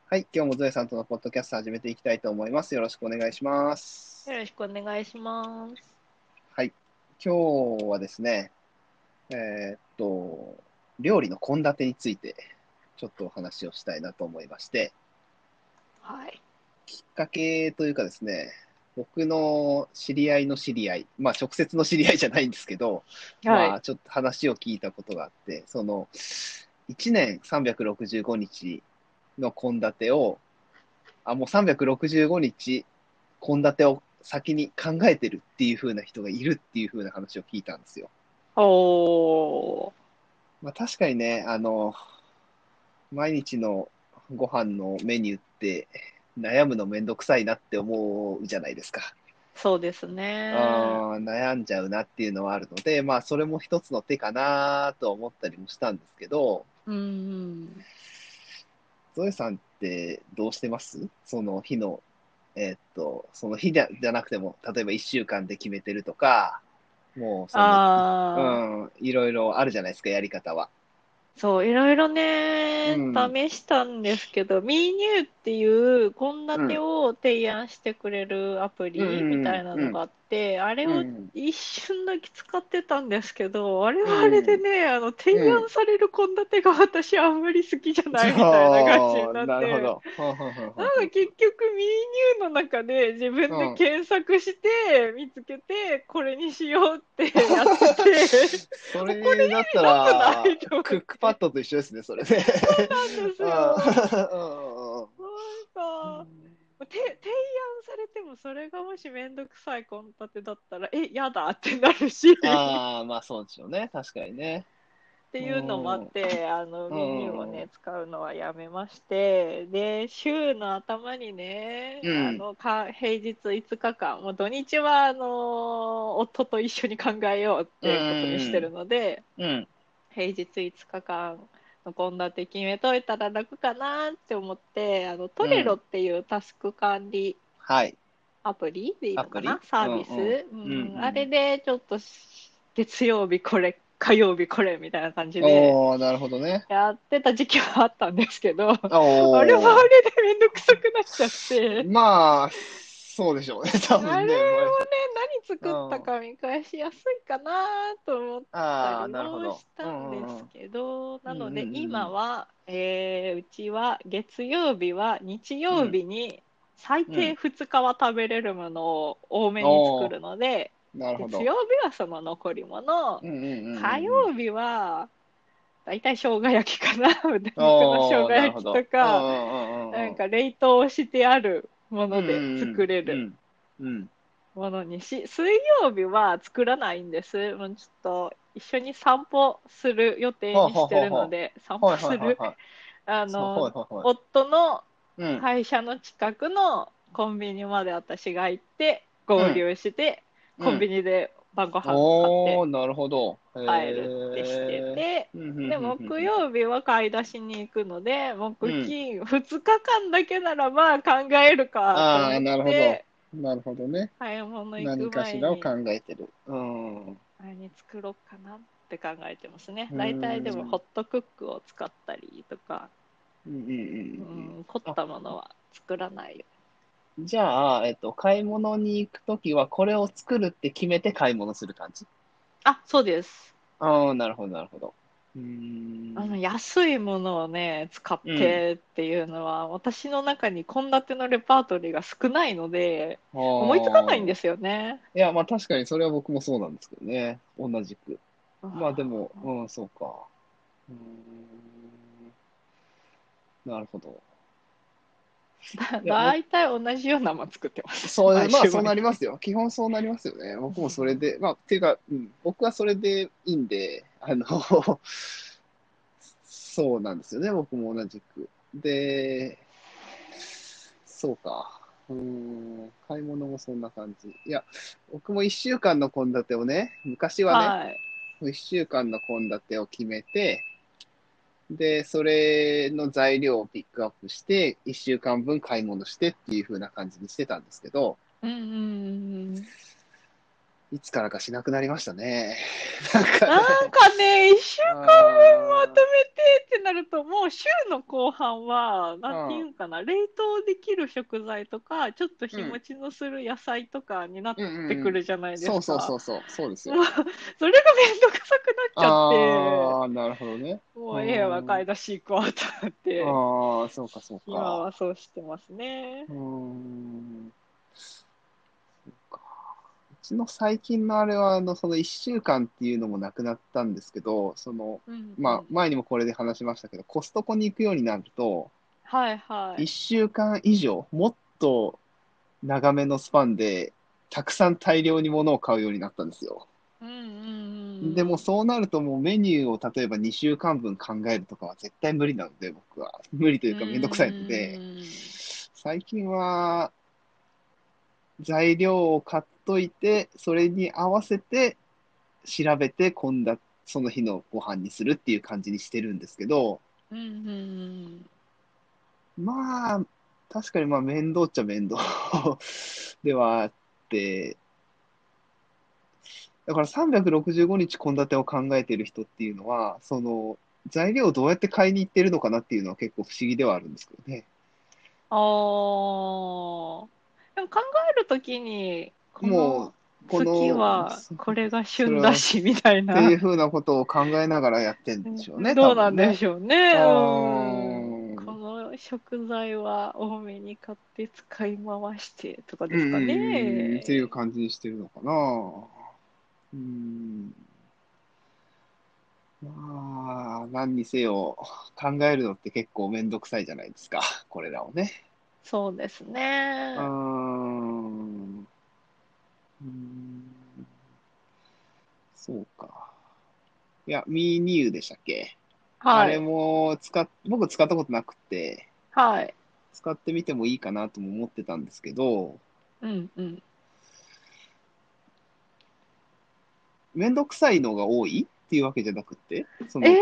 はい、今日もゾエさんとのポッドキャスト始めていきたいと思います。よろしくお願いします。 よろしくお願いします。 はい、今日はですね、えーっと、料理の献立についてちょっとお話をしたいなと思いまして、 はい。 きっかけというかですね、僕の知り合いの知り合い、まあ直接の知り合いじゃないんですけど、 はい。 まあちょっと話を聞いたことがあって、1年365日の献立を、もう365日献立を先に考えてるっていう風な人がいるっていう風な話を聞いたんですよ。 おー。 まあ確かにね、毎日のご飯のメニューって悩むのめんどくさいなって思うじゃないですか。 そうですね。 悩んじゃうなっていうのはあるので、まあそれも一つの手かなと思ったりもしたんですけど、 うん。 ゾエさんってどうしてますその日の、その日じゃなくても、例えば1週間で決めてるとか、もうあいろいろあるじゃないですか、やり方は。 そう、いろいろね、 うん、 試したんですけど、ミーニューっていう献立うん、 を提案してくれるアプうん、 リみたいなうん、 のがあって、あれをうん、 一瞬だけ使ってたんですけど、あれはあれでうん、 ね、提うん。 案される献立が私あんまり好きじゃないみたいな感じにそう、 なって、 なるほど。はんはんはんはんはんなんか結局ミーニューの中で自分でうん。 検索して見つけてこれにしようってやってて、 そもうこれれだった意味なくなら、 いと思クックパッって。 ドと一緒ですね、それね。 なんですあよ。 ーなんか、提案されてもそれがもしめんどくさい献立だったら、やだってなるし。 まあそうでしょうね。確かにね。 ってういうのもあん、うん、 って、メニューをね、使うのはやめまして、で、週の頭にね、 うん、 平日5日間、もう土日は、夫と一緒に考えようっうていうことにしてん、 るので、 うん、 平日5日間の献立決めといたら楽かなって思って、トレロうん。 っていうタスク管理はい。 アプリでいいのかアプリなサービうん、うん、 ス、 うん、 あれうん。 でちょっと月曜日これ、火曜日これみたいな感じで、 おー、なるほどね。 やってた時期はあったんですけど、あれはあおー。 れでめんどくさくなっちゃって、 まあ、そうでしょうね。多あれをね、 分ね。 何作ったうん。 か見返しやすいかなと思ったああ、 りなるほど。 もしたんですうん、 けど、 うん、 なのでうん、うん、 今は、うちは月曜日は日うん、う曜ん。 日に最低うん 2日は食べれるものを多めに作おー、 るので、 なるほど。 月曜日はその残り物、 うん、うん、うん、 火うん。うん。 曜日はだいたい生姜焼きかな豚肉の生おー、 姜焼きとなるほど。うん、うか、 ん、うん、うん。 なんか冷凍してあるもうん、 ので作れるうん、うん、うん。 ものにし、水曜日は作らないんです。もうちょっと一緒に散歩する予定はあ、はあ、 にしてはあ、はるので、散あ。はい、はい、はい、 歩する、 はい。そう、はい、はい、はい。 夫のうん、 会社の近くのコンビニまで私が行って合うん、 流して、コンビうん。 ニで晩ご飯買っておー、なるほど。へ帰るってしてえ。 て、 うん、うん、 で、 うん、うん、 木うん。 曜日は買い出しに行くので、 うん。 2日間だけならば考えるかとああ、 思っなるほど。 て、 なるほどね。 買い物行く何かしらを考前にえてる。うん。う何作ろうかなって考えてますね。 ー大体でもホん。 ットクックを使ったりとか、 うんうんうんうん。 凝っあ、 たものは作らないよ。 じゃあ、買い物に行くときは、これを作るって決めて買い物する感じあ、そうです。 ああー、なるほど、なるほど。うーん。 安いものをね、使っうん。 てっていうのは、私の中に献立のレパートリーが少ないので、 あ思いつかないんあ。 ですよね。 いや、まあ確かにそれは僕もそうなんですけどね。同じく。まあであも、うん、そうか。うーん。なるほど。いや、 だいたい同じようなもの作ってます。 そう、 毎まあそうな週毎週。 りますよ。基本そうなりますよね。僕もそれで、まあ、っていうか、うん、僕はそれでいいんで、そうなんですよね。僕も同じく。で、そうか。買い物もそんな感じ。いや、僕も1週間の献立をね、昔はね、 はい。 1週間の献立を決めて、で、それの材料をピックアップして、1週間分買い物してっていう風な感じにしてたんですけど、 うんうんうんいつからかしなくなりましたね。なんかなんね。 かね、一週間まとあめてってなると、もう週の後半は、なんていーうんかな、冷凍できる食材とか、ちょっとうん。 日持ちのする野菜とかになっうんうんうん。 てくるじゃないでそうそうそすか。 うそう。そうですよ。 もう、それがめんどくさくなっちゃって、 ああ、なるほどね。 もううええわ、 ーん。 買い出し行こうと思って、 ああ、そうかそうか。 今はそうしてますね。 うーん。そうか。うちの最近のあれは、その1週間っていうのもなくなったんですけど、まあ、 うんうん。 前にもこれで話しましたけど、コストコに行くようになると、 はいはい。 1週間以上、もっと長めのスパンで、たくさん大量に物を買うようになったんですよ。 うんうんでもそうなるともうメニューを例えば2週間分考えるとかは絶対無理なので、僕は。無理というん。ううかめんどくさいので、 ーん。 最近は材料を買っといて、それに合わせて調べてその日のご飯にするっていう感じにしてるんですけど、 うんうんうん。 まあ、確かにまあ面倒っちゃ面倒ではあって、だから365日献立を考えている人っていうのは、材料をどうやって買いに行ってるのかなっていうのは結構不思議ではあるんですけどね。 ああ。でも考えるときに、こもう、 の月はこれが旬だそれは、っし、みたいな。 ていうふうなことを考えながらやってんでしょうね、多どうなんで分ね。 しょうね。 あこーの食材は多めに買って使い回してとかうんですかうんうん、っていうね。 感じにしてるのかな。うん。まあ、何にせよ、考えるのって結構めんどくさいじゃないですか、これらをね。 そうですうーね。 ん。そうか。いや、ミーニューでしたっけ？あれはい。 も僕使ったことなくて、 はい。 使ってみてもいいかなとも思ってたんですけど、 うんうん。 めんどくさいのが多いっていうわけじゃなくて、そえの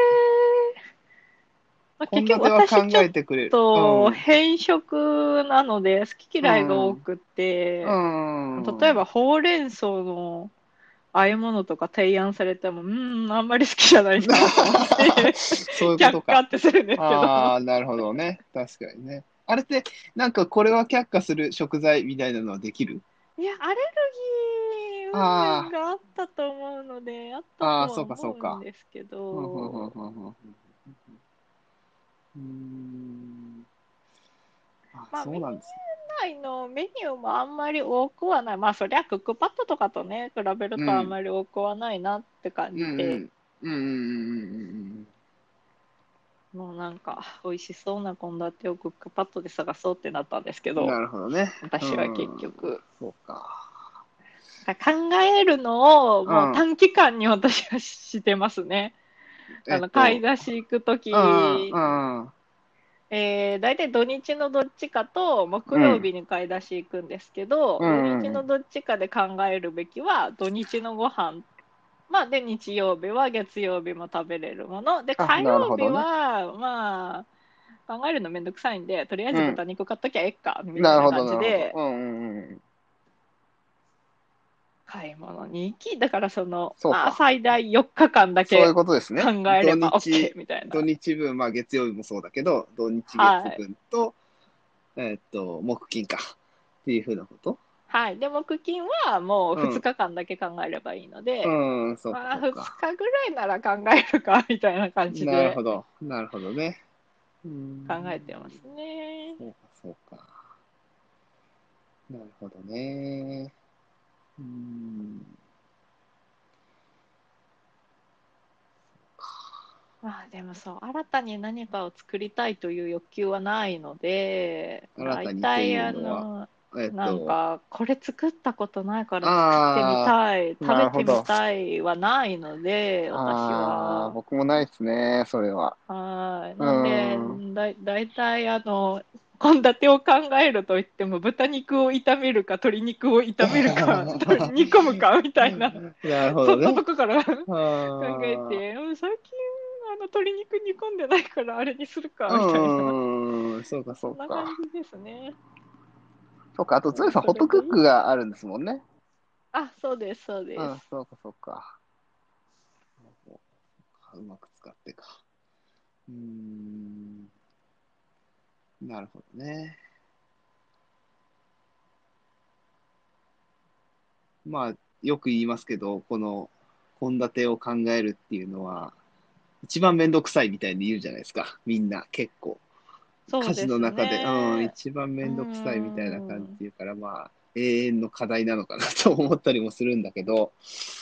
まあ、結局献立は考私ちょっえてくれる。うとん。 偏食なので好きう嫌いが多ん。 くうて、例えばん。 ほうれん草の和え物とか提案されても、あんまり好きじゃないなと思ってそういうことか。 却下ってするんですけど。 ああ、なるほどね。確かにね。あれって、なんかこれは却下する食材みたいなのはできる？ いや、アレルギー云々 あがあったと思うので、あったあ、ああ、 とはそうかそうか。 思うんですけうんうんうんど、 うんうんうーん。あ、 まあ、メニューそうなんですね。 内のメニューもあんまり多くはない。まあ、そりゃクックパッドとかとね、比べるとあんうん。 まり多くはないなって感うんじで、 うん。うんうんうんもうなんか、美味しそうな献立をクックパッドで探そうってなったんですけうん。 ど、 なるほどね。う私は結ん。 局、 そうか。 考えるのをもううん。 短期間に私はしてますね。買い出し行くとうんき、 うん。 大体土日のどっちかと木曜うん。 日に買い出し行くんですけど、 う土日のん。 どっちかで考えるべきは、土日のご飯、まあ、で、日曜日は月曜日も食べれるもの。で、 あ、 火なる曜日ほどね。 は、まあ、考えるのめんどくさいんで、とりあえうん。 ず豚肉買っときゃええか、みたいななるほど、なるほど。 感じで、 うんうんうん。 買い物に行き、だからまあ、 そうか。 最大4日間だそういうけことですね。 考えれば OK みたいな。 土日分、まあ月曜日もそうだけど、土日月はい。 分と、木金か。っていうふうなこと。 はい。で、木金はもう2 うん。 日間だけ考えればいいので、 うん、そうか、 まあ、2 そうか。 日ぐらいなら考えるか、みたいな感じでなるほど。なるほどね。う考えてまん。 すね。 そうか、そうか。なるほどね。うん。 まあでもそう、新たに何かを作りたいという欲求はないので、 新大たにって体いうのは、 なんか、これ作ったことないから作ってみあたい、 あ、 食べてみなるほど。 たいはないので、私ああ、 は。 僕もないですね、それは。 はい。 うなんで、 ん。 大体献立を考えるといっても、豚肉を炒めるか、鶏肉を炒めるか、煮込むか、みたいな、 なるほそんなどね。 とこから考えあて、最近、鶏肉煮込んでないから、あれにするか、 あ、 みたいな、 そうか、 そんなそうか。 感じですね。 そうか、あと、ゾエさん、 そホットクッれでいい。 クがあるんですもんね。 あ、そうです、そうです。 そうか、そうか。うまく使ってか。なるほどね。まあ、よく言いますけど、この、献立を考えるっていうのは、一番めんどくさいみたいに言うじゃないですか。みんな、結構。家事そうですの中で、 ね。 一番めうーんどくさいみたいな感じん。 言うから、まあ、永遠の課題なのかなと思ったりもするんだけど、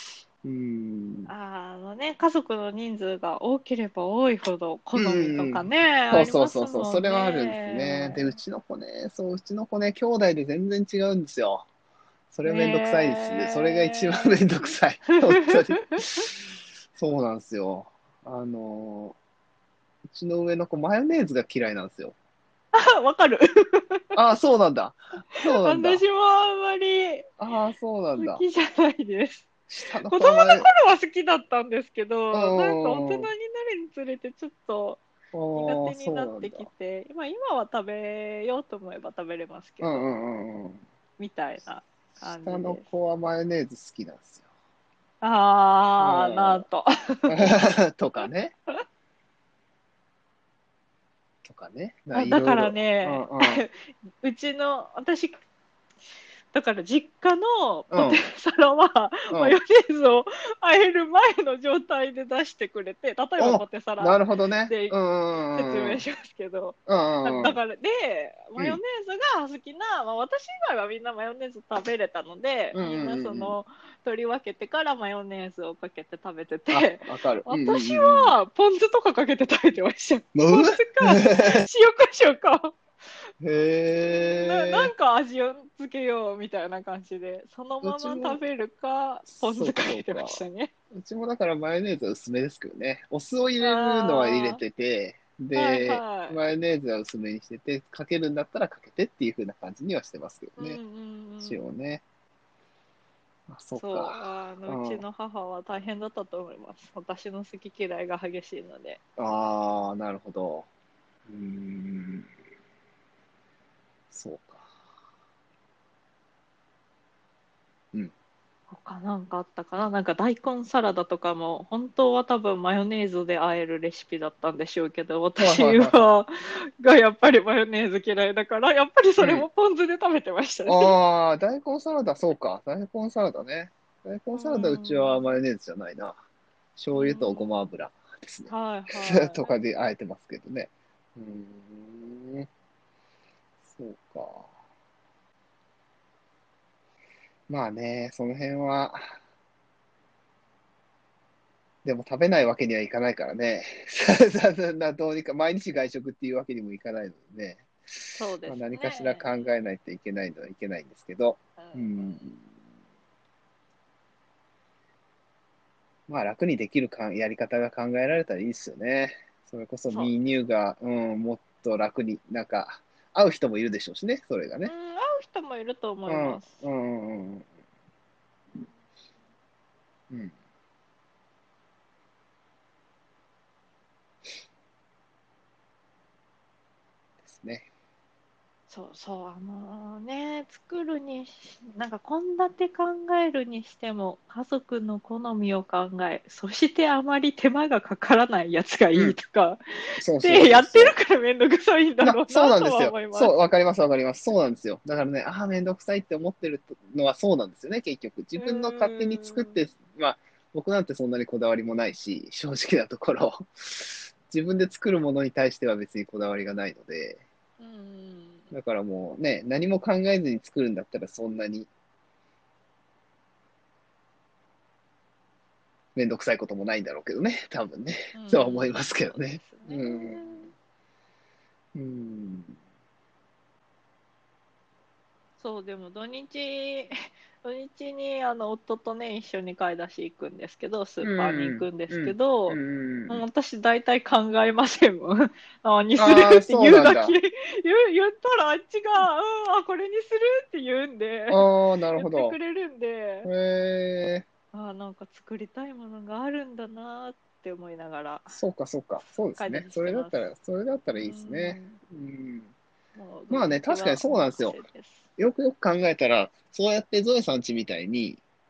家族の人数が多ければ多いほど好うんみとうんうん。 かね、 そうありますそうそうそう、そもんれはあるんですね。で、 ね。 うちの子ね、兄弟で全然違うんですよ。それめんどくさいです。それが一番めねんどくさい。本当に。そうなんですよ。あの、うちの上の子、マヨネーズが嫌いなんですよ。 え。わかる。 ああ、そうなんだ。そうなんだ。 私もあんまりああ、そうなん好だ。 きじゃないです。 下の子供の子は頃は好きだったんですけうど、なんか大人になん。 るにつれてちょっと苦ああ、 手になってそうなんだ。 きて、今は食べようと思えば食べれますけど、 うんうんうんうん。 みたいな感下のじです。 子はマヨネーズ好きなんですよ。 なんと。 とかね。とかね。いだからろいろ。うんね、 うん。 私、だから実家のポテうんサラはうん。 マヨネーズを和える前の状態で出してくれて、例えばお、 ポテサラなるほどね。うでんうんうんうん。 説明しますけど、 うんうんだから、マヨネうん。 ーズが好きな、私以外はみんなマヨネーズ食べれたので、 うんうみんなんうんうん。 取り分けてからマヨネーズをかけて食べてあ、 て、 わかる。うんうん私うんうん。 はポン酢とかかけて食べてました。ポンう酢か、塩コショウか。なへえ。 んか味をつけようみたいな感じで、そのまま食うちも、 べるか、ポンそうか酢かけてまそうか。 したね。 うちもだからマヨネーズは薄めですけどね。お酢を入れるのは入れあてて、 あ、はいで、 はい。 マヨネーズは薄めにしてて、かけるんだったらかけてっていう風な感じにはしてますけどね。 うんうんうん。 塩ね。あ、そっか。 うちうん。 の母は大変だったと思います。私の好き嫌いが激しいので。 ああ、なるほど。うーん。そうか。うん。 他なんかあったかな、なんか大根サラダとかも、本当は多分マヨネーズで和えるレシピだったんでしょうけど、 はいはいはいはがやっぱりマヨネーズ嫌いだから、やっぱりい。 それうん。 もポン酢で食べてましたね。 ああ、大根サラダ、そうか。大根サラダね。大う根サラダ、うちはマん。 ヨネーズじゃないな。 う醤油とごまん。 油ですね。 はいはとい。 かであえてますけどね。うーん、そうか。まあね、その辺は、でも食べないわけにはいかないからね。どうにか、毎日外食っていうわけにもいかないのでね。まあ、 そうです何かしら考ね。 えないといけないのはいけないんですけど。 うんうん。 うん。まあ楽にできるやり方が考えられたらいいですよね。それこそそうミーニューです。 が、もっと楽に、合う人もいるでしょうしね、それがね。 会う人もいると思うん、 います。 うん、うん、うん。ですね。 そうそう、作るにし、なんか献立考えるにしても、家族の好みを考え、そしてあまり手間がかからないやつがいいうん。 とか、 そうそうで、やってるそうそからめんどくさいんう。 だろうそうなとはなんですよ。そう、 思います。 わかります、わかります。そうなんですよ。だからね、めんどくさいって思ってるのはそうなんですよね、結局。自う分の勝手に作っーん。 て、まあ、僕なんてそんなにこだわりもないし、正直なところ、自分で作るものに対しては別にこだわりがないので、 うーん。 だからもうね、何も考えずに作るんだったらそんなにめんどくさいこともないんだろうけどね、多分ね。 うーそうは思いん、 ますけどね。 そうですうん。 ね。 うん。 そう、でも土日に夫とね、一緒に買い出し行くんですけど、スーパーに行うん。 くんですけうん。うど、もうん。 私大体考えませんもん。何するああ、 ってそうなんだ。 言うだけ、言ったらあっちが、これにするって言うんで、 ああ、なる言ってくほど。 れるんで、 へえ、 なんか作りたいものがあるんだなって思いながら、 そうか、そうか。そうですね。 買い出ししてます。 それだったらういいですね。 ん、 うん。 もう土まあね、 日確かにはお任そうなんですよ。 せです。 よくよく考えたら、そうやってゾエさん家みたいに、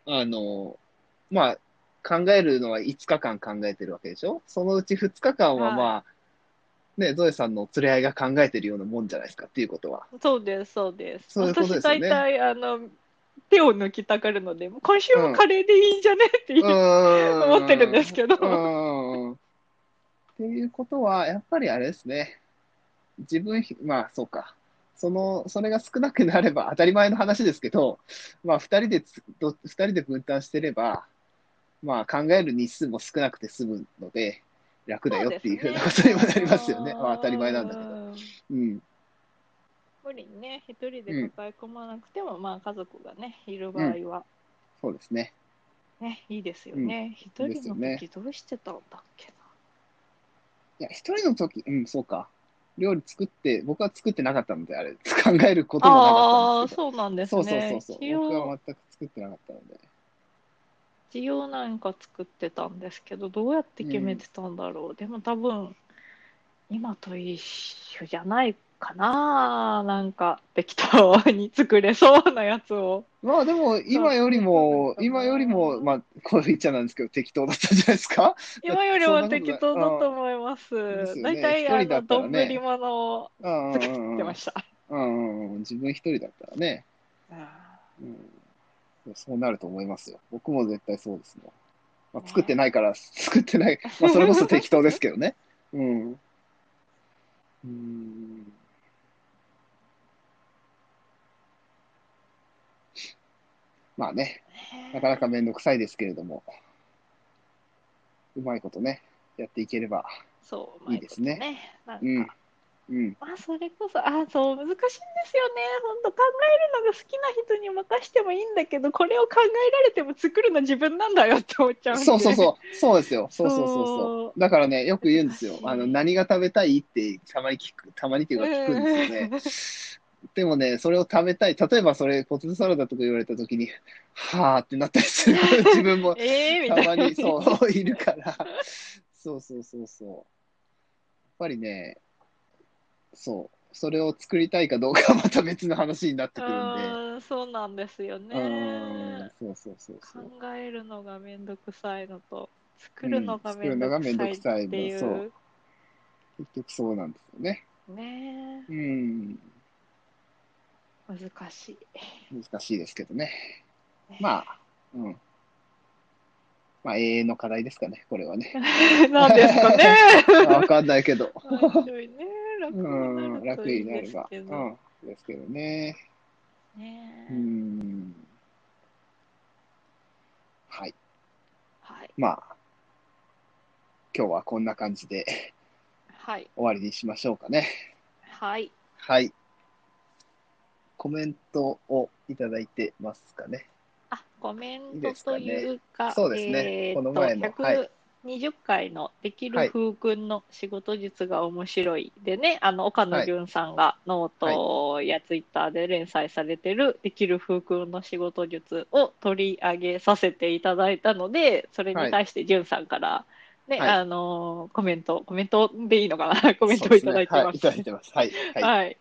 まあ、考えるのは5日間考えてるわけでしょ。そのうち2日間ははい。 まあ、ね、ゾエさんの連れ合いが考えてるようなもんじゃないですかっていうことは。 そうです、そうです。 そういうこと私ですよね。 大体、手を抜きたがるので、今週うん。 はカレーでいいんじゃねってう思ってるんーん。 ですけど。 っていうことは、やっぱりあれですね。まあ、そうか。それが少なくなれば当たり前の話ですけど、まあ、二人で分担してれば、まあ、考える日数も少なくて済むので、楽だそうよっていうふうなですね。 ことにもなりますよね。まあ、当たり前なんだけど。うん。 無理にね、一人でうん。 抱え込まなくても、まあ家族がね、いるうん。 場合は、 そうですね。 ね、いいですようん。 ね。一で人のすよね。 時どうしてたんだっけいや、一人の時、うん、そうか。料理作って、僕は作ってなかったので、あれ、考えるこな。 ともなかったんですああ、 けど。 そうなんですそうそうそうね。 そう。僕は全く作ってなかったので。 一応なんか作ってたんですけど、どうやってうん。 決めてたんだろう。でも多分、今と一緒じゃないかな。なんか、適当に作れそうなやつをまあでも、 買ってたのか今よりも、 な。 まあ、こう言っちゃなんですけど、適当だったんじゃないですか。だって今よりもそんなことない。 適当だとう思いまん。です。 すよね。 大体、 一人だったら丼ね。 物をうんう作っんうんうん。 てました。 自分一人だったらね。うん。そうなると思いますよ。僕も絶対そうですね。まあ、作ってないねから、作ってない。まあ、それこそ適当ですけどね。うん。うん。まあね、なかなかめんどくさいですけれども、うまいことね、やっていければそう、ういまいいですね。 ことね。なんうん、 か、 うん。 まあ、それこそ、そう、難しいんですよね。本当考えるのが好きな人に任してもいいんだけど、これを考えられても作るの自分なんだよって思っちゃうんで。 そうですよ。そそう、 う。だからね、よく言うんで難すよ。 しい。 何が食べたいってたまにっていううか聞くんですよね。 ん。 でもね、それを食べたい。例えばそれ、ポテトサラダとか言われたときに、はーってなったりする自分もみたまに、 たいなね。 そう、いるから。そう。やっぱりね、そう、それを作りたいかどうかはまた別の話になってくるんで、 そうなんですようね。 そう。 考えるのがめんどくさいのと、作るうん、 のがめんど作るのがめんどくさいっくさい分、そていう、 う、結局そうなんですよね。 ね、 うん、 難しい。 難しいですけどね。まね。 あ、うん、まあ永遠の課題ですかね、これはね。 なんですかね。 わかんないけど。 まあ、ちょいね、楽になうん、 ると楽いいですになれば、 けど。 うん、ですけどね。うね。 ん、はい。 はい。 まあ、今日はこんな感じではい。 終わりにしましょうかね。 はい。 はい。コメントをいただいてますかね。 コメンいいでトとすかね。 いうか、 そうですね。この前の、はい。 120回のできるはい。 風君の仕事術が面白いでね、岡野はい。 純さんがノーはい。 トやツイッターで連載されてるできる風君の仕事術を取り上げさせていただいたので、それにはい。 対して純さんからね、 はい。 コメントでいいのかなコメントをいただそうですね。はい。いたいてます。 だいてます。はい。はい。 はい。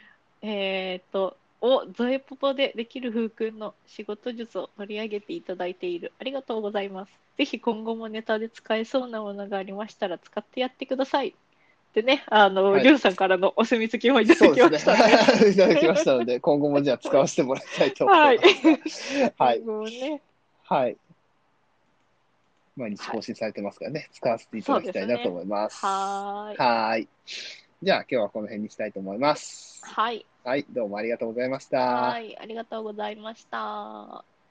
ゾエポポでできる風君の仕事術を取り上げていただいている。ありがとうございます。ぜひ今後もネタで使えそうなものがありましたら使ってやってください。でね、 はい。 りゅうさんからのお墨付きもいただきそうですね。 ましたので。 いただきましたので、今後もじゃあ使わせてもらいたいと思いはい。 ますが。はい。 今後もね、 はい。毎日はい。 更新されてますからね。使わせていたそうだきたいなとですね。 思います。 はーい。 はい。じゃあ今日はこの辺にしたいと思います。 はい。 はい。どうもありがとうございました。 はい。ありがとうございました。